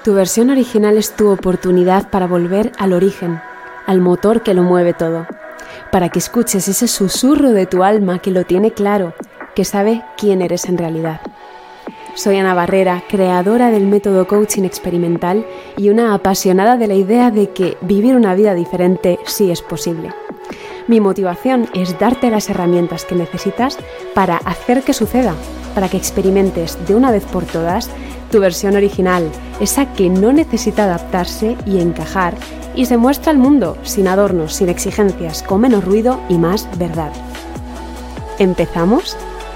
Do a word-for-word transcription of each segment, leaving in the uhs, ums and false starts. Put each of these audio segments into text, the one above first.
Tu versión original es tu oportunidad para volver al origen, al motor que lo mueve todo, para que escuches ese susurro de tu alma que lo tiene claro, que sabe quién eres en realidad. Soy Ana Barrera, creadora del método coaching experimental y una apasionada de la idea de que vivir una vida diferente sí es posible. Mi motivación es darte las herramientas que necesitas para hacer que suceda, para que experimentes de una vez por todas tu versión original, esa que no necesita adaptarse y encajar y se muestra al mundo sin adornos, sin exigencias, con menos ruido y más verdad. ¿Empezamos?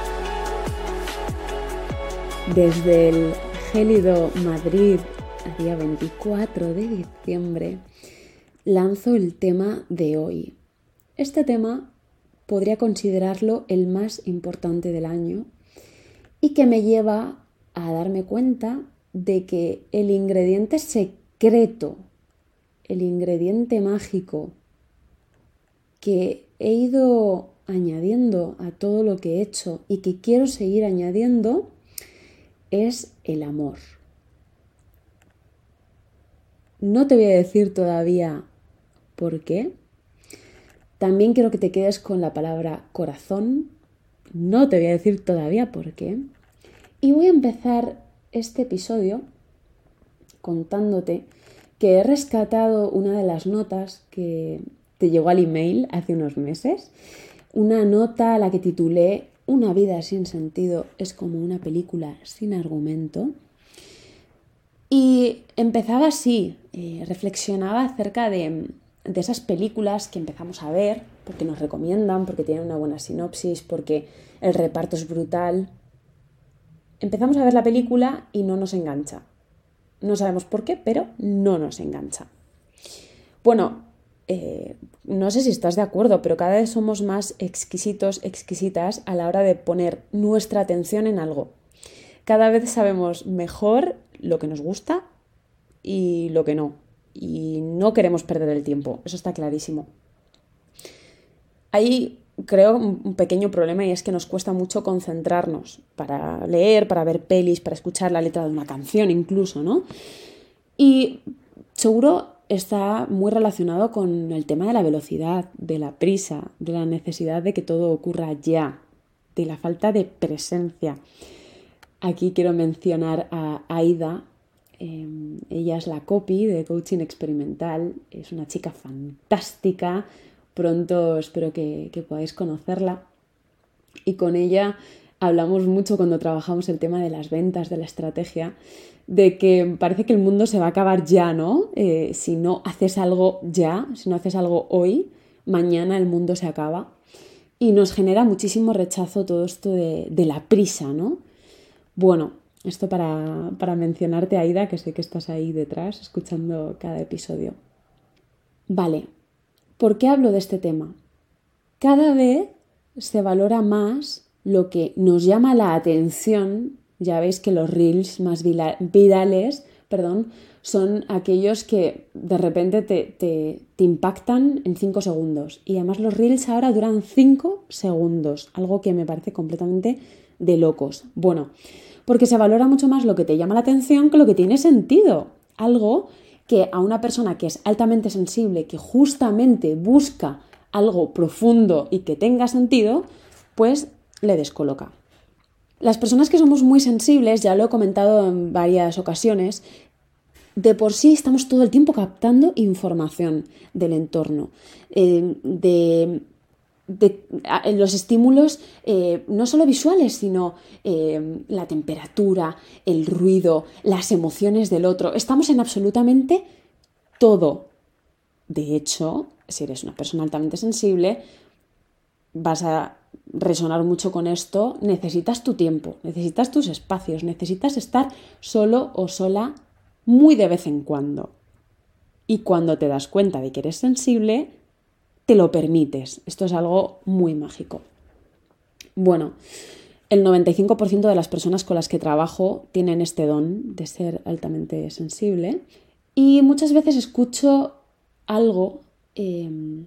Desde el gélido Madrid, a día veinticuatro de diciembre, lanzo el tema de hoy. Este tema podría considerarlo el más importante del año y que me lleva a darme cuenta de que el ingrediente secreto, el ingrediente mágico que he ido añadiendo a todo lo que he hecho y que quiero seguir añadiendo es el amor. No te voy a decir todavía por qué. También quiero que te quedes con la palabra corazón. No te voy a decir todavía por qué. Y voy a empezar este episodio contándote que he rescatado una de las notas que te llegó al email hace unos meses. Una nota a la que titulé Una vida sin sentido es como una película sin argumento. Y empezaba así, eh, reflexionaba acerca de, de esas películas que empezamos a ver porque nos recomiendan, porque tienen una buena sinopsis, porque el reparto es brutal. Empezamos a ver la película y no nos engancha. No sabemos por qué, pero no nos engancha. Bueno, eh, no sé si estás de acuerdo, pero cada vez somos más exquisitos, exquisitas a la hora de poner nuestra atención en algo. Cada vez sabemos mejor lo que nos gusta y lo que no. Y no queremos perder el tiempo, eso está clarísimo. Hay, creo, un pequeño problema y es que nos cuesta mucho concentrarnos para leer, para ver pelis, para escuchar la letra de una canción incluso, ¿no? Y seguro está muy relacionado con el tema de la velocidad, de la prisa, de la necesidad de que todo ocurra ya, de la falta de presencia. Aquí quiero mencionar a Aida. Eh, ella es la copy de Coaching Experimental, es una chica fantástica. Pronto espero que, que podáis conocerla. Y con ella hablamos mucho cuando trabajamos el tema de las ventas, de la estrategia, de que parece que el mundo se va a acabar ya, ¿no? Eh, si no haces algo ya, si no haces algo hoy, mañana el mundo se acaba. Y nos genera muchísimo rechazo todo esto de, de la prisa, ¿no? Bueno, esto para, para mencionarte, Aida, que sé que estás ahí detrás escuchando cada episodio. Vale. ¿Por qué hablo de este tema? Cada vez se valora más lo que nos llama la atención. Ya veis que los reels más virales, perdón, son aquellos que de repente te, te, te impactan en cinco segundos. Y además los reels ahora duran cinco segundos, algo que me parece completamente de locos. Bueno, porque se valora mucho más lo que te llama la atención que lo que tiene sentido. Algo que a una persona que es altamente sensible, que justamente busca algo profundo y que tenga sentido, pues le descoloca. Las personas que somos muy sensibles, ya lo he comentado en varias ocasiones, de por sí estamos todo el tiempo captando información del entorno, eh, de, de, de los estímulos eh, no solo visuales, sino eh, la temperatura, el ruido, las emociones del otro. Estamos en absolutamente todo. De hecho, si eres una persona altamente sensible, vas a resonar mucho con esto. Necesitas tu tiempo, necesitas tus espacios, necesitas estar solo o sola muy de vez en cuando. Y cuando te das cuenta de que eres sensible, te lo permites. Esto es algo muy mágico. Bueno, el noventa y cinco por ciento de las personas con las que trabajo tienen este don de ser altamente sensible. Y muchas veces escucho algo eh,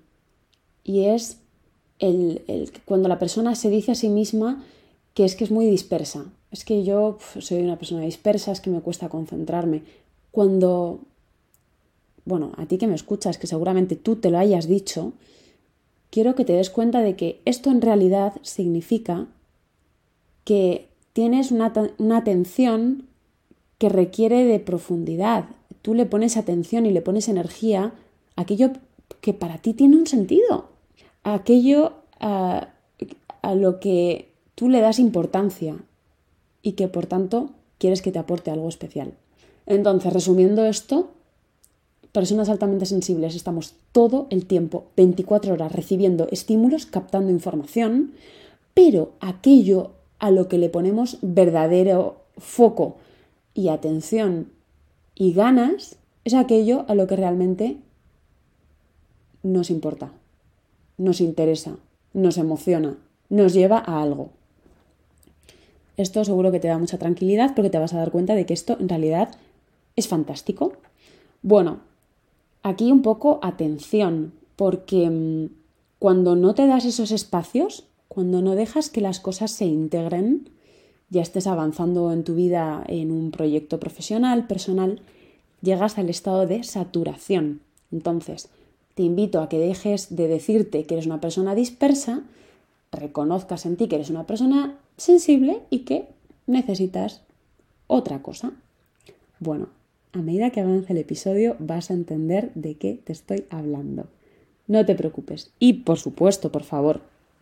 y es el, el, cuando la persona se dice a sí misma que es que es muy dispersa. Es que yo uf, soy una persona dispersa, es que me cuesta concentrarme. cuando, bueno, a ti que me escuchas, que seguramente tú te lo hayas dicho, quiero que te des cuenta de que esto en realidad significa que tienes una, una atención que requiere de profundidad. Tú le pones atención y le pones energía a aquello que para ti tiene un sentido, a aquello a, a lo que tú le das importancia y que por tanto quieres que te aporte algo especial. Entonces, resumiendo esto, personas altamente sensibles estamos todo el tiempo, veinticuatro horas, recibiendo estímulos, captando información, pero aquello a lo que le ponemos verdadero foco y atención y ganas es aquello a lo que realmente nos importa, nos interesa, nos emociona, nos lleva a algo. Esto seguro que te da mucha tranquilidad porque te vas a dar cuenta de que esto en realidad es fantástico. Bueno, aquí un poco atención, porque mmm, cuando no te das esos espacios, cuando no dejas que las cosas se integren, ya estés avanzando en tu vida en un proyecto profesional, personal, llegas al estado de saturación. Entonces, te invito a que dejes de decirte que eres una persona dispersa, reconozcas en ti que eres una persona sensible y que necesitas otra cosa. Bueno, a medida que avance el episodio vas a entender de qué te estoy hablando. No te preocupes. Y por supuesto, por favor,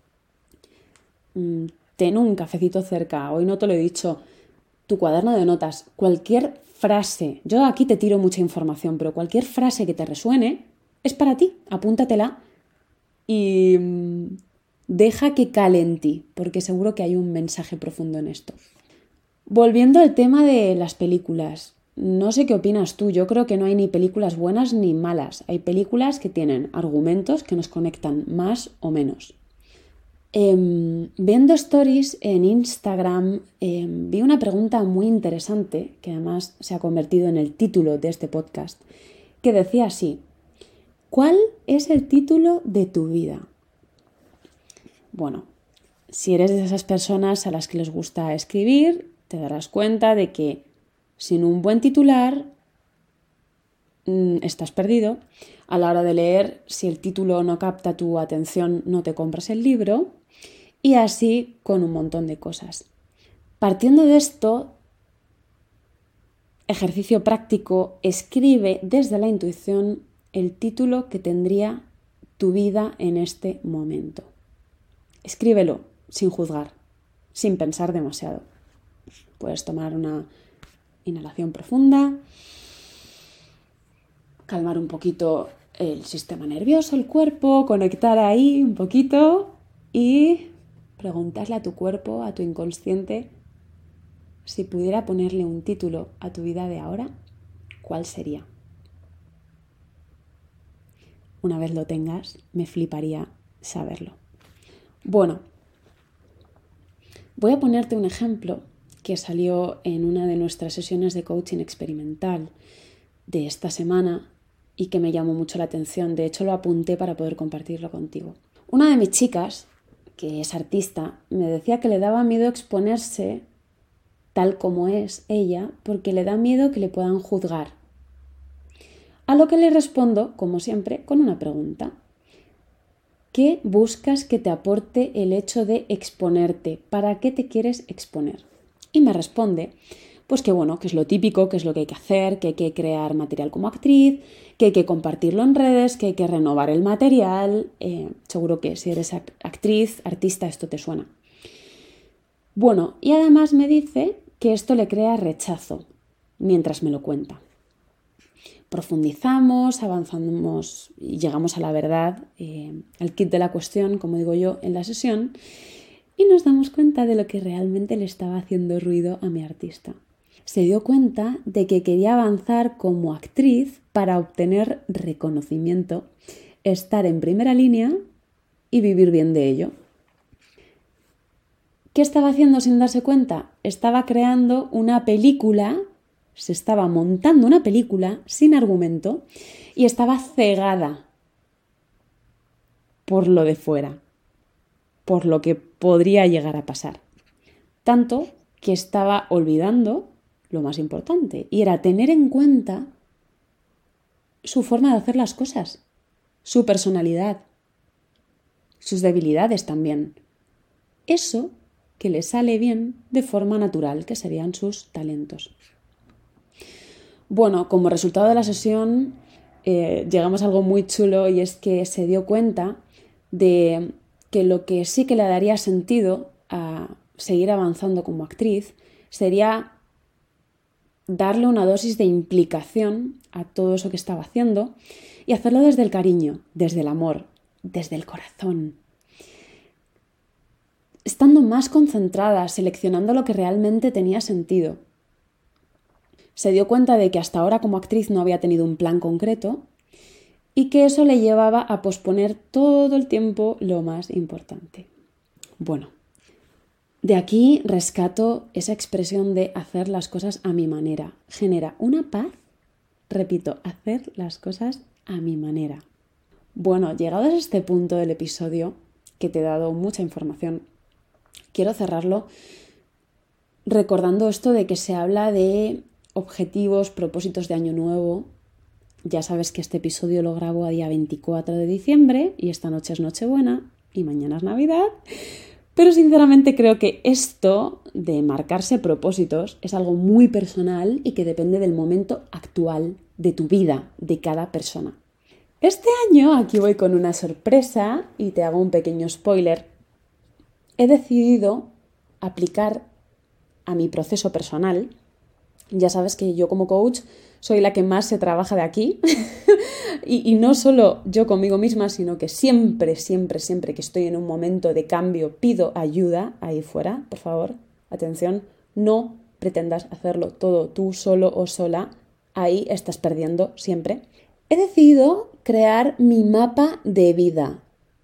ten un cafecito cerca. Hoy no te lo he dicho. Tu cuaderno de notas, cualquier frase. Yo aquí te tiro mucha información, pero cualquier frase que te resuene es para ti. Apúntatela y deja que cale en ti, porque seguro que hay un mensaje profundo en esto. Volviendo al tema de las películas. No sé qué opinas tú, yo creo que no hay ni películas buenas ni malas. Hay películas que tienen argumentos que nos conectan más o menos. Eh, viendo stories en Instagram eh, vi una pregunta muy interesante, que además se ha convertido en el título de este podcast, que decía así: ¿cuál es el título de tu vida? Bueno, si eres de esas personas a las que les gusta escribir, te darás cuenta de que sin un buen titular mmm, estás perdido. A la hora de leer, si el título no capta tu atención, no te compras el libro. Y así con un montón de cosas. Partiendo de esto, ejercicio práctico, escribe desde la intuición el título que tendría tu vida en este momento. Escríbelo sin juzgar, sin pensar demasiado. Puedes tomar una inhalación profunda, calmar un poquito el sistema nervioso, el cuerpo, conectar ahí un poquito y preguntarle a tu cuerpo, a tu inconsciente, si pudiera ponerle un título a tu vida de ahora, ¿cuál sería? Una vez lo tengas, me fliparía saberlo. Bueno, voy a ponerte un ejemplo que salió en una de nuestras sesiones de coaching experimental de esta semana y que me llamó mucho la atención. De hecho, lo apunté para poder compartirlo contigo. Una de mis chicas, que es artista, me decía que le daba miedo exponerse tal como es ella porque le da miedo que le puedan juzgar. A lo que le respondo, como siempre, con una pregunta. ¿Qué buscas que te aporte el hecho de exponerte? ¿Para qué te quieres exponer? Y me responde, pues que bueno, que es lo típico, que es lo que hay que hacer, que hay que crear material como actriz, que hay que compartirlo en redes, que hay que renovar el material. Eh, seguro que si eres actriz, artista, esto te suena. Bueno, y además me dice que esto le crea rechazo mientras me lo cuenta. Profundizamos, avanzamos y llegamos a la verdad, eh, al kit de la cuestión, como digo yo, en la sesión, y nos damos cuenta de lo que realmente le estaba haciendo ruido a mi artista. Se dio cuenta de que quería avanzar como actriz para obtener reconocimiento, estar en primera línea y vivir bien de ello. ¿Qué estaba haciendo sin darse cuenta? Estaba creando una película, se estaba montando una película sin argumento y estaba cegada por lo de fuera, por lo que podría llegar a pasar. Tanto que estaba olvidando lo más importante, y era tener en cuenta su forma de hacer las cosas, su personalidad, sus debilidades también. Eso que le sale bien de forma natural, que serían sus talentos. Bueno, como resultado de la sesión eh, llegamos a algo muy chulo, y es que se dio cuenta de que lo que sí que le daría sentido a seguir avanzando como actriz sería darle una dosis de implicación a todo eso que estaba haciendo y hacerlo desde el cariño, desde el amor, desde el corazón. Estando más concentrada, seleccionando lo que realmente tenía sentido. Se dio cuenta de que hasta ahora como actriz no había tenido un plan concreto y que eso le llevaba a posponer todo el tiempo lo más importante. Bueno, de aquí rescato esa expresión de hacer las cosas a mi manera. Genera una paz, repito, hacer las cosas a mi manera. Bueno, llegados a este punto del episodio, que te he dado mucha información, quiero cerrarlo recordando esto de que se habla de objetivos, propósitos de año nuevo. Ya sabes que este episodio lo grabo a día veinticuatro de diciembre y esta noche es Nochebuena y mañana es Navidad. Pero sinceramente creo que esto de marcarse propósitos es algo muy personal y que depende del momento actual de tu vida, de cada persona. Este año, aquí voy con una sorpresa y te hago un pequeño spoiler, he decidido aplicar a mi proceso personal. Ya sabes que yo como coach soy la que más se trabaja de aquí y, y no solo yo conmigo misma, sino que siempre, siempre, siempre que estoy en un momento de cambio pido ayuda ahí fuera. Por favor, atención, no pretendas hacerlo todo tú solo o sola, ahí estás perdiendo siempre. He decidido crear mi mapa de vida.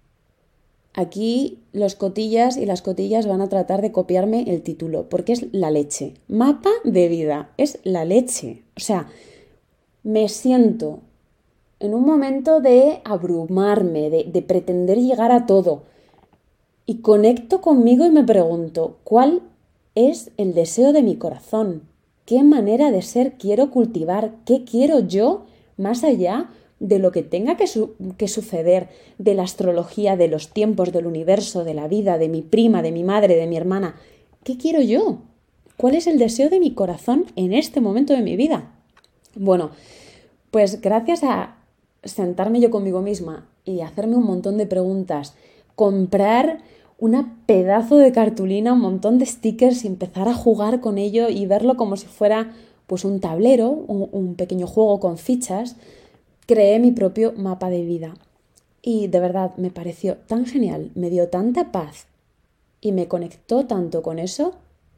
Aquí los cotillas y las cotillas van a tratar de copiarme el título, porque es la leche. Mapa de vida, es la leche. O sea, me siento en un momento de abrumarme, de, de pretender llegar a todo. Y conecto conmigo y me pregunto, ¿cuál es el deseo de mi corazón? ¿Qué manera de ser quiero cultivar? ¿Qué quiero yo más allá de lo que tenga que, su- que suceder, de la astrología, de los tiempos, del universo, de la vida, de mi prima, de mi madre, de mi hermana? ¿Qué quiero yo? ¿Cuál es el deseo de mi corazón en este momento de mi vida? Bueno, pues gracias a sentarme yo conmigo misma y hacerme un montón de preguntas, comprar una pedazo de cartulina, un montón de stickers y empezar a jugar con ello y verlo como si fuera pues un tablero, un, un pequeño juego con fichas, creé mi propio mapa de vida. Y de verdad me pareció tan genial, me dio tanta paz y me conectó tanto con eso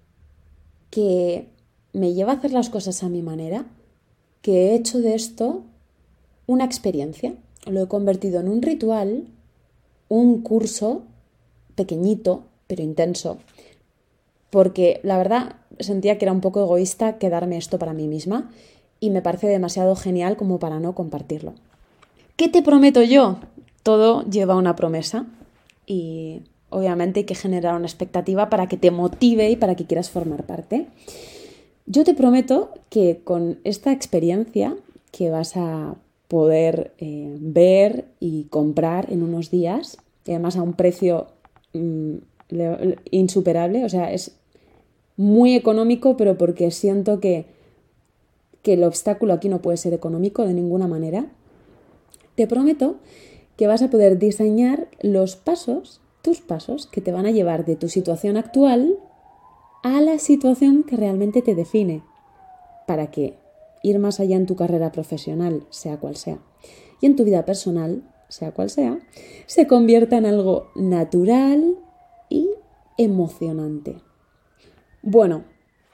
que me lleva a hacer las cosas a mi manera, que he hecho de esto una experiencia. Lo he convertido en un ritual, un curso pequeñito pero intenso, porque la verdad sentía que era un poco egoísta quedarme esto para mí misma y me parece demasiado genial como para no compartirlo. ¿Qué te prometo yo? Todo lleva una promesa y obviamente hay que generar una expectativa para que te motive y para que quieras formar parte. Yo te prometo que con esta experiencia que vas a poder eh, ver y comprar en unos días, y además a un precio mmm, insuperable, o sea, es muy económico, pero porque siento que, que el obstáculo aquí no puede ser económico de ninguna manera, te prometo que vas a poder diseñar los pasos, tus pasos, que te van a llevar de tu situación actual a la situación que realmente te define, para que ir más allá en tu carrera profesional, sea cual sea, y en tu vida personal, sea cual sea, se convierta en algo natural y emocionante. Bueno,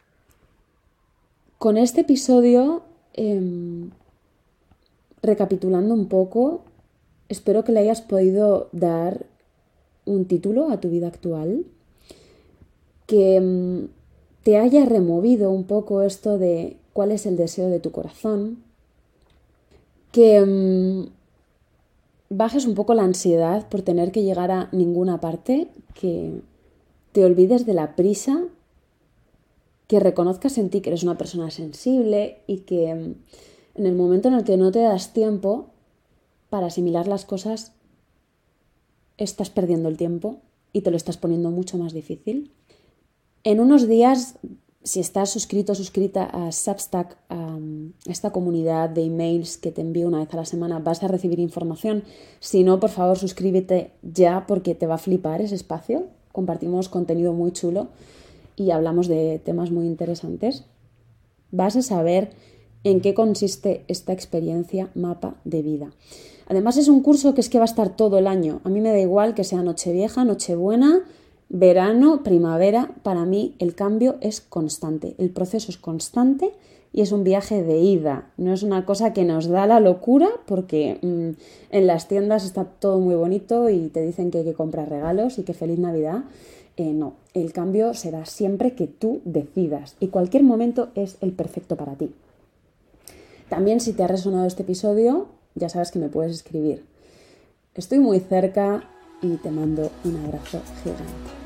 con este episodio, eh, recapitulando un poco, espero que le hayas podido dar un título a tu vida actual, que eh, te haya removido un poco esto de cuál es el deseo de tu corazón, que mmm, bajes un poco la ansiedad por tener que llegar a ninguna parte, que te olvides de la prisa que reconozcas en ti que eres una persona sensible y que en el momento en el que no te das tiempo para asimilar las cosas, estás perdiendo el tiempo y te lo estás poniendo mucho más difícil. En unos días, si estás suscrito o suscrita a Substack, a esta comunidad de emails que te envío una vez a la semana, vas a recibir información. Si no, por favor, suscríbete ya porque te va a flipar ese espacio. Compartimos contenido muy chulo y hablamos de temas muy interesantes. Vas a saber en qué consiste esta experiencia mapa de vida. Además, es un curso que es que va a estar todo el año. A mí me da igual que sea Nochevieja, Nochebuena, verano, primavera. Para mí el cambio es constante, el proceso es constante y es un viaje de ida. No es una cosa que nos da la locura porque mmm, en las tiendas está todo muy bonito y te dicen que hay que comprar regalos y que feliz Navidad. Eh, no, el cambio será siempre que tú decidas y cualquier momento es el perfecto para ti. También, si te ha resonado este episodio, ya sabes que me puedes escribir. Estoy muy cerca y te mando un abrazo gigante.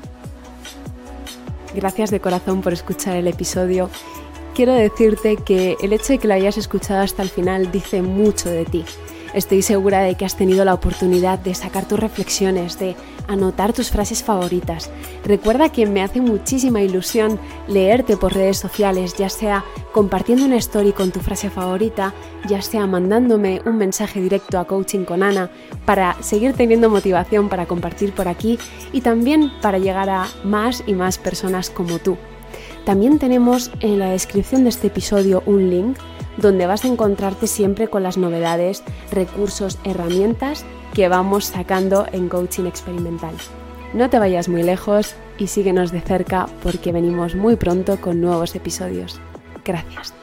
Gracias de corazón por escuchar el episodio. Quiero decirte que el hecho de que lo hayas escuchado hasta el final dice mucho de ti. Estoy segura de que has tenido la oportunidad de sacar tus reflexiones, de anotar tus frases favoritas. Recuerda que me hace muchísima ilusión leerte por redes sociales, ya sea compartiendo una story con tu frase favorita, ya sea mandándome un mensaje directo a Coaching con Ana para seguir teniendo motivación para compartir por aquí y también para llegar a más y más personas como tú. También tenemos en la descripción de este episodio un link donde vas a encontrarte siempre con las novedades, recursos, herramientas que vamos sacando en Coaching Experimental. No te vayas muy lejos y síguenos de cerca porque venimos muy pronto con nuevos episodios. Gracias.